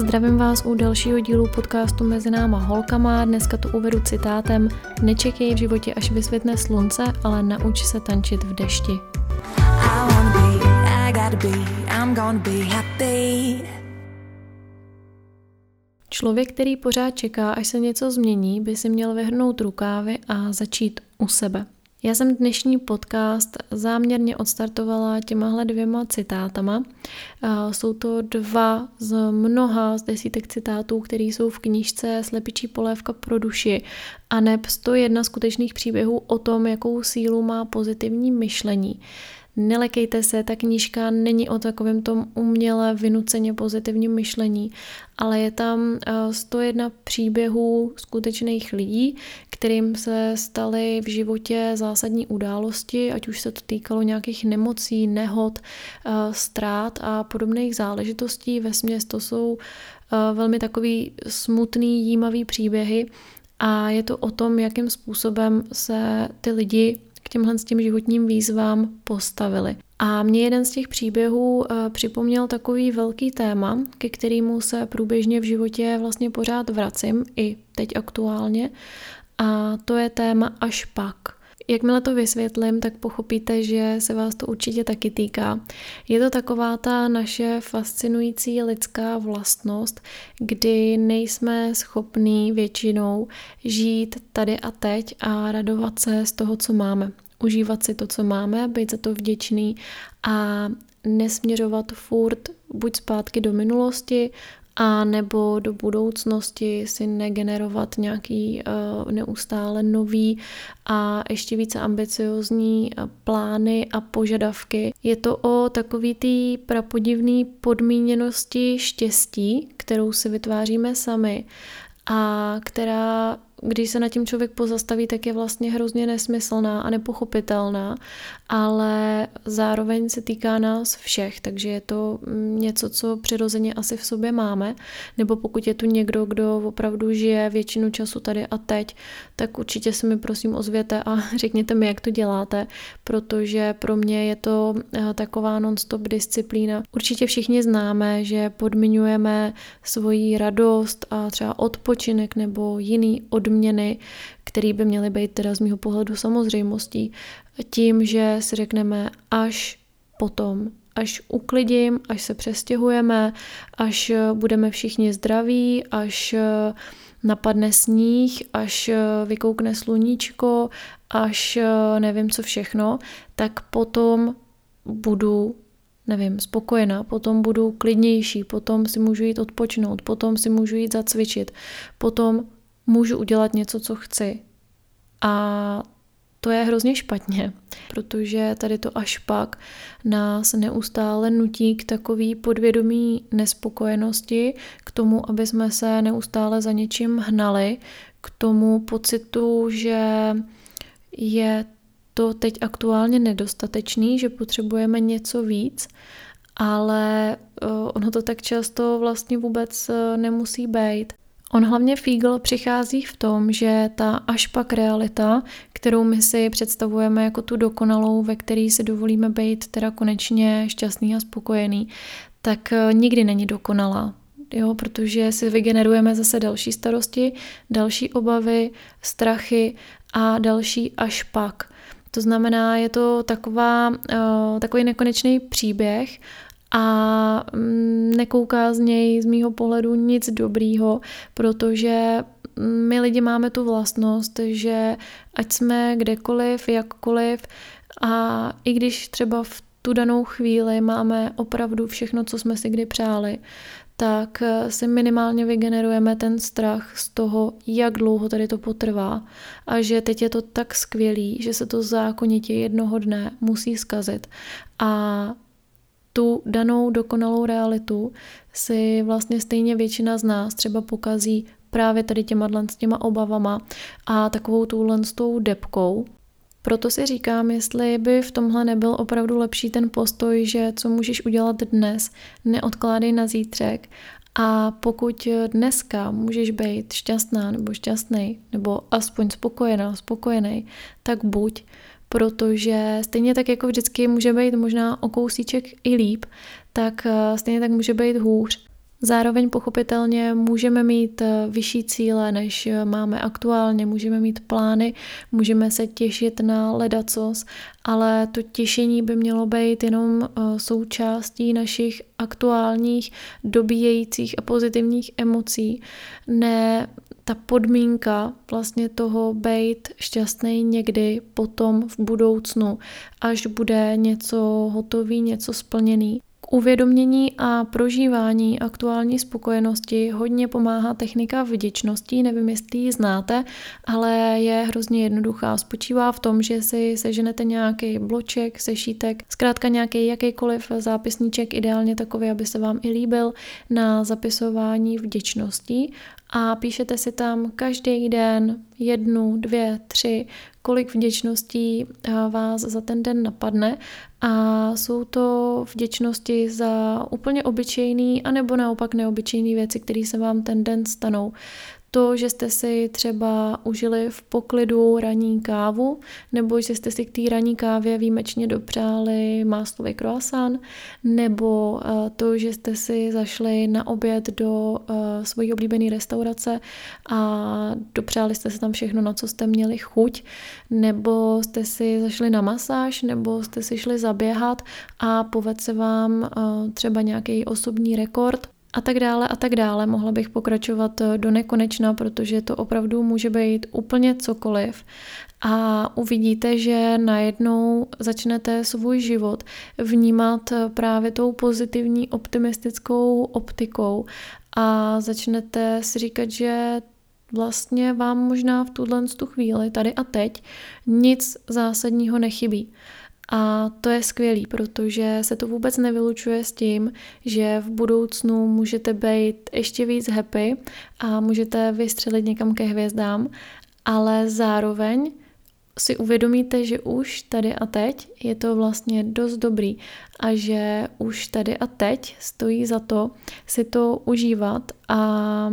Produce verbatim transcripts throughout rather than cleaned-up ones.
Zdravím vás u dalšího dílu podcastu Mezi náma holkama. Dneska to uvedu citátem: Nečekej v životě, až vysvětne slunce, ale nauč se tančit v dešti. Člověk, který pořád čeká, až se něco změní, by si měl vyhrnout rukávy a začít u sebe. Já jsem dnešní podcast záměrně odstartovala těmahle dvěma citátama. Jsou to dva z mnoha z desítek citátů, které jsou v knížce Slepičí polévka pro duši, aneb sto jedna skutečných příběhů o tom, jakou sílu má pozitivní myšlení. Nelekejte se, ta knížka není o takovém tom uměle vynuceně pozitivním myšlení, ale je tam sto jedna příběhů skutečných lidí, kterým se staly v životě zásadní události, ať už se to týkalo nějakých nemocí, nehod, ztrát a podobných záležitostí. Vesměs to jsou velmi takový smutný, jímavý příběhy a je to o tom, jakým způsobem se ty lidi k těmhle s tím životním výzvám postavili. A mě jeden z těch příběhů připomněl takový velký téma, ke kterému se průběžně v životě vlastně pořád vracím, i teď aktuálně, a to je téma až pak. Jakmile to vysvětlím, tak pochopíte, že se vás to určitě taky týká. Je to taková ta naše fascinující lidská vlastnost, kdy nejsme schopní většinou žít tady a teď a radovat se z toho, co máme. Užívat si to, co máme, být za to vděčný a nesměřovat furt buď zpátky do minulosti, a nebo do budoucnosti si negenerovat nějaký uh, neustále nový a ještě více ambiciozní plány a požadavky. Je to o takový té prapodivné podmíněnosti štěstí, kterou si vytváříme sami a která, když se nad tím člověk pozastaví, tak je vlastně hrozně nesmyslná a nepochopitelná, ale zároveň se týká nás všech, takže je to něco, co přirozeně asi v sobě máme, nebo pokud je tu někdo, kdo opravdu žije většinu času tady a teď, tak určitě se mi prosím ozvěte a řekněte mi, jak to děláte, protože pro mě je to taková non-stop disciplína. Určitě všichni známe, že podmiňujeme svoji radost a třeba odpočinek nebo jiný odměny, které by měly být teda z mýho pohledu samozřejmostí, tím, že si řekneme až potom, až uklidím, až se přestěhujeme, až budeme všichni zdraví, až napadne sníh, až vykoukne sluníčko, až nevím co všechno, tak potom budu nevím, spokojená, potom budu klidnější, potom si můžu jít odpočinout, potom si můžu jít zacvičit, potom můžu udělat něco, co chci. A to je hrozně špatně, protože tady to až pak nás neustále nutí k takový podvědomí nespokojenosti, k tomu, aby jsme se neustále za něčím hnali, k tomu pocitu, že je to teď aktuálně nedostatečný, že potřebujeme něco víc, ale ono to tak často vlastně vůbec nemusí být. On hlavně fígl přichází v tom, že ta až pak realita, kterou my si představujeme jako tu dokonalou, ve který si dovolíme být teda konečně šťastný a spokojený, tak nikdy není dokonalá. Jo, protože si vygenerujeme zase další starosti, další obavy, strachy a další až pak. To znamená, je to taková, takový nekonečný příběh a nekouká z něj z mýho pohledu nic dobrýho, protože my lidi máme tu vlastnost, že ať jsme kdekoliv, jakkoliv a i když třeba v tu danou chvíli máme opravdu všechno, co jsme si kdy přáli, tak si minimálně vygenerujeme ten strach z toho, jak dlouho tady to potrvá a že teď je to tak skvělý, že se to zákonitě jednoho dne musí zkazit a tu danou dokonalou realitu si vlastně stejně většina z nás třeba pokazí právě tady těma, s těma obavama a takovou touhle s tou debkou. Proto si říkám, jestli by v tomhle nebyl opravdu lepší ten postoj, že co můžeš udělat dnes, neodkládej na zítřek a pokud dneska můžeš být šťastná nebo šťastný, nebo aspoň spokojená, spokojený, tak buď, protože stejně tak jako vždycky může být možná o kousíček i líp, tak stejně tak může být hůř. Zároveň pochopitelně můžeme mít vyšší cíle, než máme aktuálně, můžeme mít plány, můžeme se těšit na ledacos, ale to těšení by mělo být jenom součástí našich aktuálních dobíjejících a pozitivních emocí, ne ta podmínka vlastně toho být šťastný někdy potom v budoucnu, až bude něco hotový, něco splněný. K uvědomění a prožívání aktuální spokojenosti hodně pomáhá technika vděčnosti, nevím, jestli ji znáte, ale je hrozně jednoduchá. Spočívá v tom, že si seženete nějaký bloček, sešítek, zkrátka nějaký jakýkoliv zápisníček, ideálně takový, aby se vám i líbil, na zapisování vděčností a píšete si tam každý den jednu, dvě, tři, kolik vděčností vás za ten den napadne a jsou to vděčnosti za úplně obyčejný anebo naopak neobyčejný věci, které se vám ten den stanou. To, že jste si třeba užili v poklidu ranní kávu, nebo že jste si k té ranní kávě výjimečně dopřáli máslový croissant, nebo to, že jste si zašli na oběd do svojí oblíbené restaurace a dopřáli jste si tam všechno, na co jste měli chuť, nebo jste si zašli na masáž, nebo jste si šli zaběhat a povedl se vám třeba nějaký osobní rekord, a tak dále a tak dále. Mohla bych pokračovat do nekonečna, protože to opravdu může být úplně cokoliv a uvidíte, že najednou začnete svůj život vnímat právě tou pozitivní optimistickou optikou a začnete si říkat, že vlastně vám možná v tuhle tu chvíli, tady a teď, nic zásadního nechybí. A to je skvělý, protože se to vůbec nevylučuje s tím, že v budoucnu můžete být ještě víc happy a můžete vystřelit někam ke hvězdám, ale zároveň si uvědomíte, že už tady a teď je to vlastně dost dobrý a že už tady a teď stojí za to si to užívat a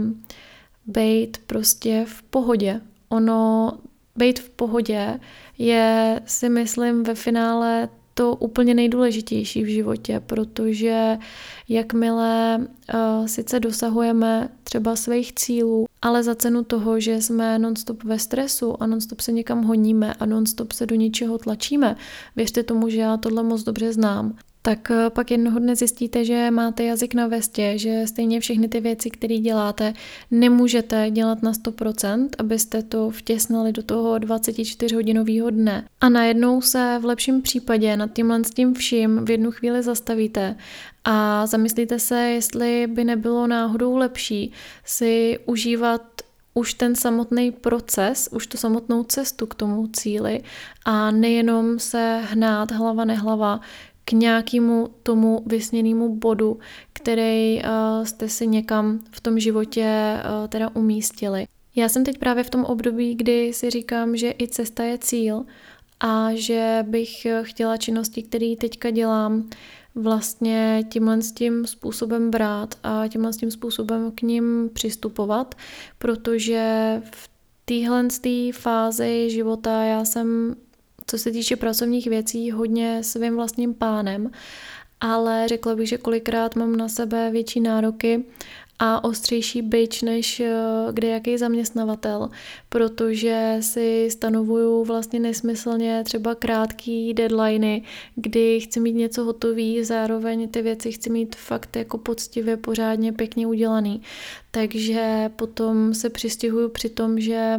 být prostě v pohodě. Ono Být v pohodě je, si myslím, ve finále to úplně nejdůležitější v životě, protože jakmile uh, sice dosahujeme třeba svých cílů, ale za cenu toho, že jsme non-stop ve stresu a non-stop se někam honíme a non-stop se do něčeho tlačíme, věřte tomu, že já tohle moc dobře znám, tak pak jednoho dne zjistíte, že máte jazyk na vestě, že stejně všechny ty věci, které děláte, nemůžete dělat na sto procent, abyste to vtěsnali do toho dvacetičtyřhodinového dne. A najednou se v lepším případě nad tímhle s tím vším v jednu chvíli zastavíte a zamyslíte se, jestli by nebylo náhodou lepší si užívat už ten samotný proces, už tu samotnou cestu k tomu cíli a nejenom se hnát hlava nehlava k nějakému tomu vysněnému bodu, který uh, jste si někam v tom životě uh, teda umístili. Já jsem teď právě v tom období, kdy si říkám, že i cesta je cíl a že bych chtěla činnosti, které teďka dělám, vlastně tímhle s tím způsobem brát a tímhle s tím způsobem k ním přistupovat, protože v téhle fázi života já jsem, co se týče pracovních věcí, hodně svým vlastním pánem, ale řekla bych, že kolikrát mám na sebe větší nároky a ostřejší bič než kdejaký zaměstnavatel, protože si stanovuju vlastně nesmyslně třeba krátký deadliny, kdy chci mít něco hotový, zároveň ty věci chci mít fakt jako poctivě, pořádně, pěkně udělaný. Takže potom se přistihuju při tom, že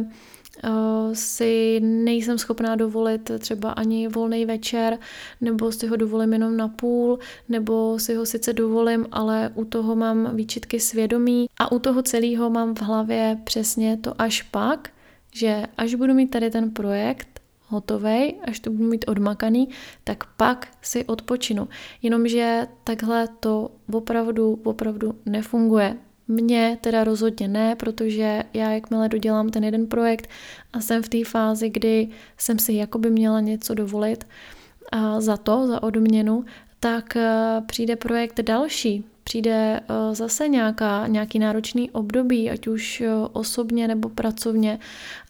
si nejsem schopná dovolit třeba ani volný večer, nebo si ho dovolím jenom na půl, nebo si ho sice dovolím, ale u toho mám výčitky svědomí a u toho celého mám v hlavě přesně to až pak, že až budu mít tady ten projekt hotovej, až to budu mít odmakaný, tak pak si odpočinu. Jenomže takhle to opravdu, opravdu nefunguje. Mně teda rozhodně ne, protože já jakmile dodělám ten jeden projekt a jsem v té fázi, kdy jsem si jakoby měla něco dovolit a za to, za odměnu, tak přijde projekt další. Přijde zase nějaká, nějaký náročný období, ať už osobně nebo pracovně.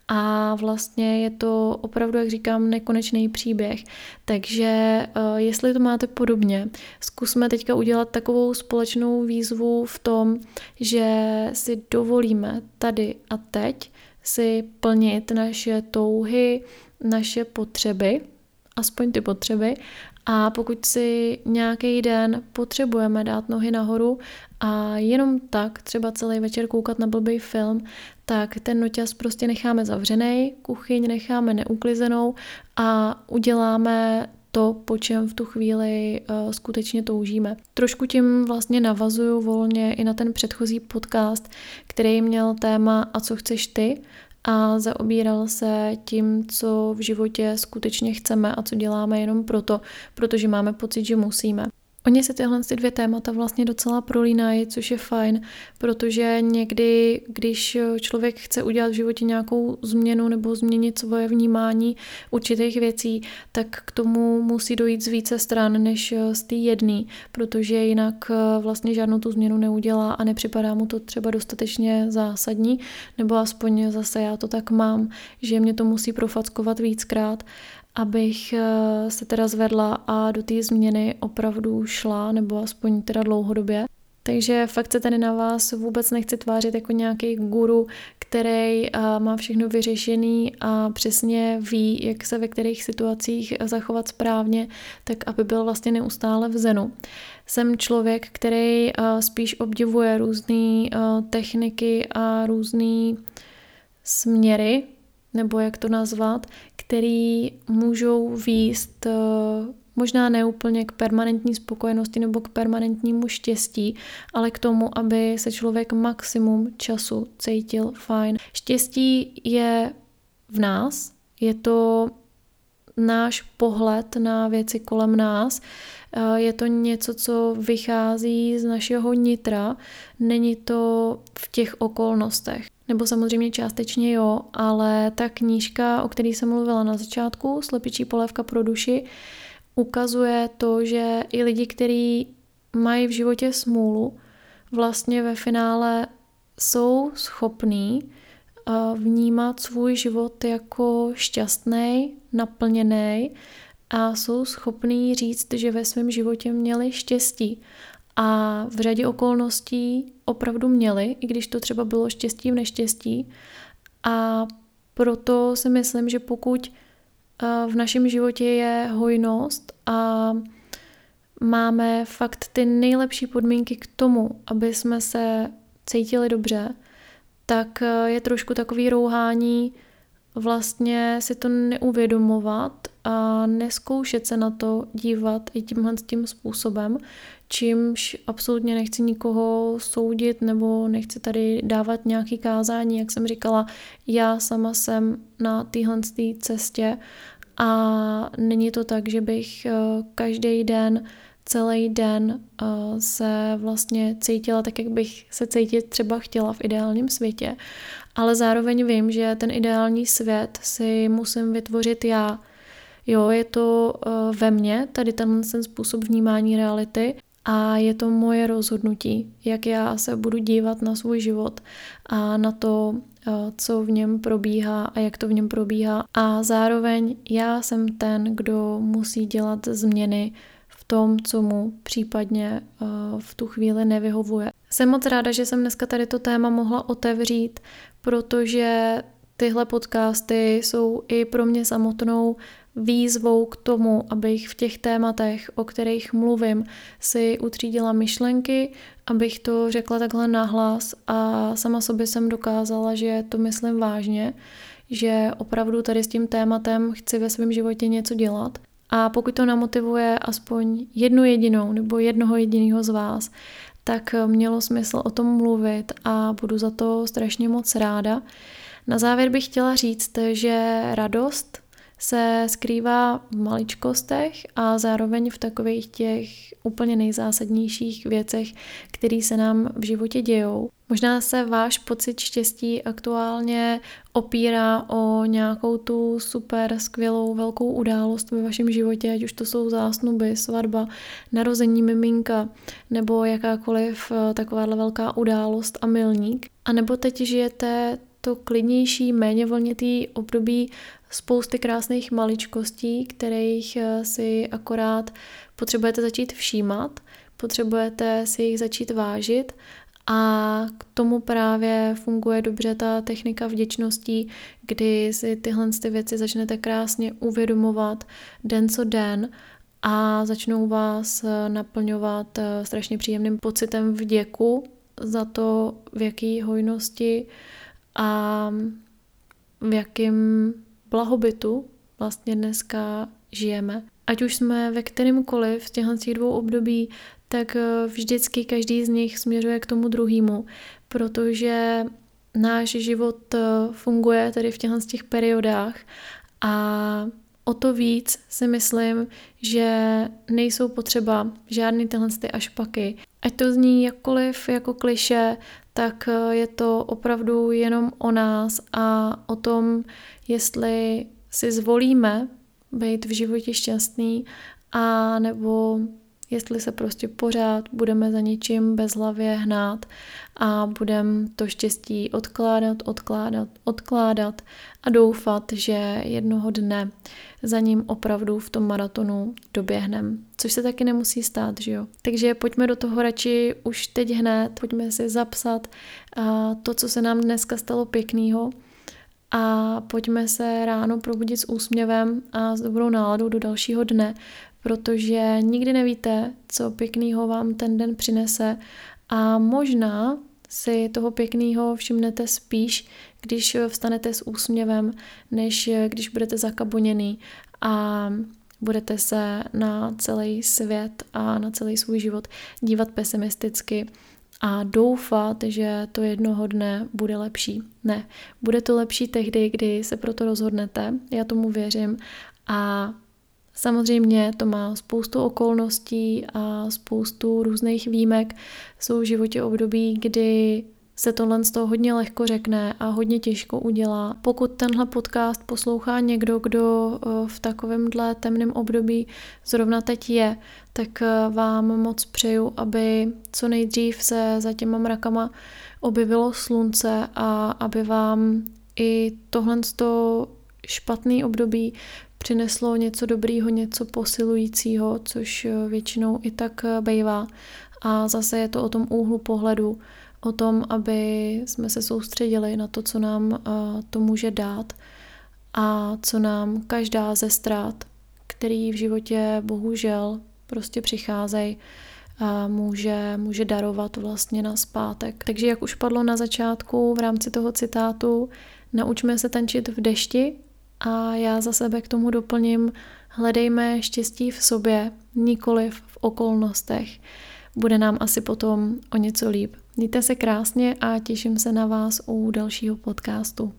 a vlastně je to opravdu, jak říkám, nekonečný příběh. Takže jestli to máte podobně, zkusme teďka udělat takovou společnou výzvu v tom, že si dovolíme tady a teď si plnit naše touhy, naše potřeby, aspoň ty potřeby, a pokud si nějaký den potřebujeme dát nohy nahoru a jenom tak třeba celý večer koukat na blbý film, tak ten noťaz prostě necháme zavřenej, kuchyň necháme neuklizenou a uděláme to, po čem v tu chvíli uh, skutečně toužíme. Trošku tím vlastně navazuju volně i na ten předchozí podcast, který měl téma A co chceš ty? A zaobíral se tím, co v životě skutečně chceme a co děláme jenom proto, protože máme pocit, že musíme. Oni se tyhle ty dvě témata vlastně docela prolínají, což je fajn, protože někdy, když člověk chce udělat v životě nějakou změnu nebo změnit svoje vnímání určitých věcí, tak k tomu musí dojít z více stran než z té jedné, protože jinak vlastně žádnou tu změnu neudělá a nepřipadá mu to třeba dostatečně zásadní, nebo aspoň zase já to tak mám, že mě to musí profackovat víckrát, abych se teda zvedla a do té změny opravdu šla, nebo aspoň teda dlouhodobě. Takže fakt se tady na vás vůbec nechci tvářit jako nějaký guru, který má všechno vyřešený a přesně ví, jak se ve kterých situacích zachovat správně, tak aby byl vlastně neustále v zenu. Jsem člověk, který spíš obdivuje různé techniky a různé směry, nebo jak to nazvat, který můžou vést možná neúplně k permanentní spokojenosti nebo k permanentnímu štěstí, ale k tomu, aby se člověk maximum času cítil fajn. Štěstí je v nás, je to náš pohled na věci kolem nás, je to něco, co vychází z našeho nitra, není to v těch okolnostech. Nebo samozřejmě částečně jo, ale ta knížka, o které jsem mluvila na začátku, Slepičí polévka pro duši, ukazuje to, že i lidi, kteří mají v životě smůlu, vlastně ve finále jsou schopní vnímat svůj život jako šťastný, naplněný a jsou schopní říct, že ve svém životě měli štěstí. A v řadě okolností opravdu měli, i když to třeba bylo štěstí v neštěstí. A proto si myslím, že pokud v našem životě je hojnost a máme fakt ty nejlepší podmínky k tomu, aby jsme se cítili dobře, tak je trošku takový rouhání vlastně si to neuvědomovat a neskoušet se na to dívat i tímhle tím způsobem, čímž absolutně nechci nikoho soudit nebo nechci tady dávat nějaký kázání, jak jsem říkala, já sama jsem na téhle cestě a není to tak, že bych každý den, celý den se vlastně cítila tak, jak bych se cítit třeba chtěla v ideálním světě, ale zároveň vím, že ten ideální svět si musím vytvořit já. Jo, je to ve mně, tady tenhle ten způsob vnímání reality a je to moje rozhodnutí, jak já se budu dívat na svůj život a na to, co v něm probíhá a jak to v něm probíhá. A zároveň já jsem ten, kdo musí dělat změny v tom, co mu případně v tu chvíli nevyhovuje. Jsem moc ráda, že jsem dneska tady to téma mohla otevřít, protože tyhle podcasty jsou i pro mě samotnou výzvou k tomu, abych v těch tématech, o kterých mluvím, si utřídila myšlenky, abych to řekla takhle nahlas a sama sobě jsem dokázala, že to myslím vážně, že opravdu tady s tím tématem chci ve svém životě něco dělat. A pokud to namotivuje aspoň jednu jedinou nebo jednoho jediného z vás, tak mělo smysl o tom mluvit a budu za to strašně moc ráda. Na závěr bych chtěla říct, že radost se skrývá v maličkostech a zároveň v takových těch úplně nejzásadnějších věcech, které se nám v životě dějou. Možná se váš pocit štěstí aktuálně opírá o nějakou tu super skvělou velkou událost ve vašem životě, ať už to jsou zásnuby, svatba, narození miminka nebo jakákoliv takováhle velká událost a milník. A nebo teď žijete to klidnější, méně vlnitý období spousty krásných maličkostí, kterých si akorát potřebujete začít všímat, potřebujete si jich začít vážit a k tomu právě funguje dobře ta technika vděčností, kdy si tyhle ty věci začnete krásně uvědomovat den co den a začnou vás naplňovat strašně příjemným pocitem vděku za to, v jaký hojnosti a v jakém blahobytu vlastně dneska žijeme. Ať už jsme ve kterémkoliv z těchto dvou období, tak vždycky každý z nich směřuje k tomu druhému, protože náš život funguje tady v těchto těch periodách a o to víc si myslím, že nejsou potřeba žádný tyhle ty ašpaky. Ať to zní jakkoliv jako klišé, tak je to opravdu jenom o nás a o tom, jestli si zvolíme být v životě šťastný a nebo jestli se prostě pořád budeme za ničím bezhlavě hnát a budeme to štěstí odkládat, odkládat, odkládat a doufat, že jednoho dne za ním opravdu v tom maratonu doběhneme. Což se taky nemusí stát, že jo? Takže pojďme do toho radši už teď hned, pojďme si zapsat to, co se nám dneska stalo pěknýho a pojďme se ráno probudit s úsměvem a s dobrou náladou do dalšího dne, protože nikdy nevíte, co pěknýho vám ten den přinese a možná si toho pěknýho všimnete spíš, když vstanete s úsměvem, než když budete zakaboněný a budete se na celý svět a na celý svůj život dívat pesimisticky a doufat, že to jednoho dne bude lepší. Ne, bude to lepší tehdy, kdy se proto rozhodnete, já tomu věřím a samozřejmě to má spoustu okolností a spoustu různých výjimek. Jsou v životě období, kdy se tohle z toho hodně lehko řekne a hodně těžko udělá. Pokud tenhle podcast poslouchá někdo, kdo v takovémhle temném období zrovna teď je, tak vám moc přeju, aby co nejdřív se za těma mrakama objevilo slunce a aby vám i tohle špatný období přineslo něco dobrýho, něco posilujícího, což většinou i tak bývá. A zase je to o tom úhlu pohledu, o tom, aby jsme se soustředili na to, co nám to může dát a co nám každá ze ztrát, který v životě bohužel prostě přicházejí, a může, může darovat vlastně nazpátek. Takže jak už padlo na začátku v rámci toho citátu, naučme se tančit v dešti a já za sebe k tomu doplním, hledejme štěstí v sobě, nikoliv v okolnostech. Bude nám asi potom o něco líp. Mějte se krásně a těším se na vás u dalšího podcastu.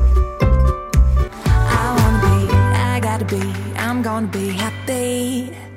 I wanna be, I gotta be, I'm gonna be happy.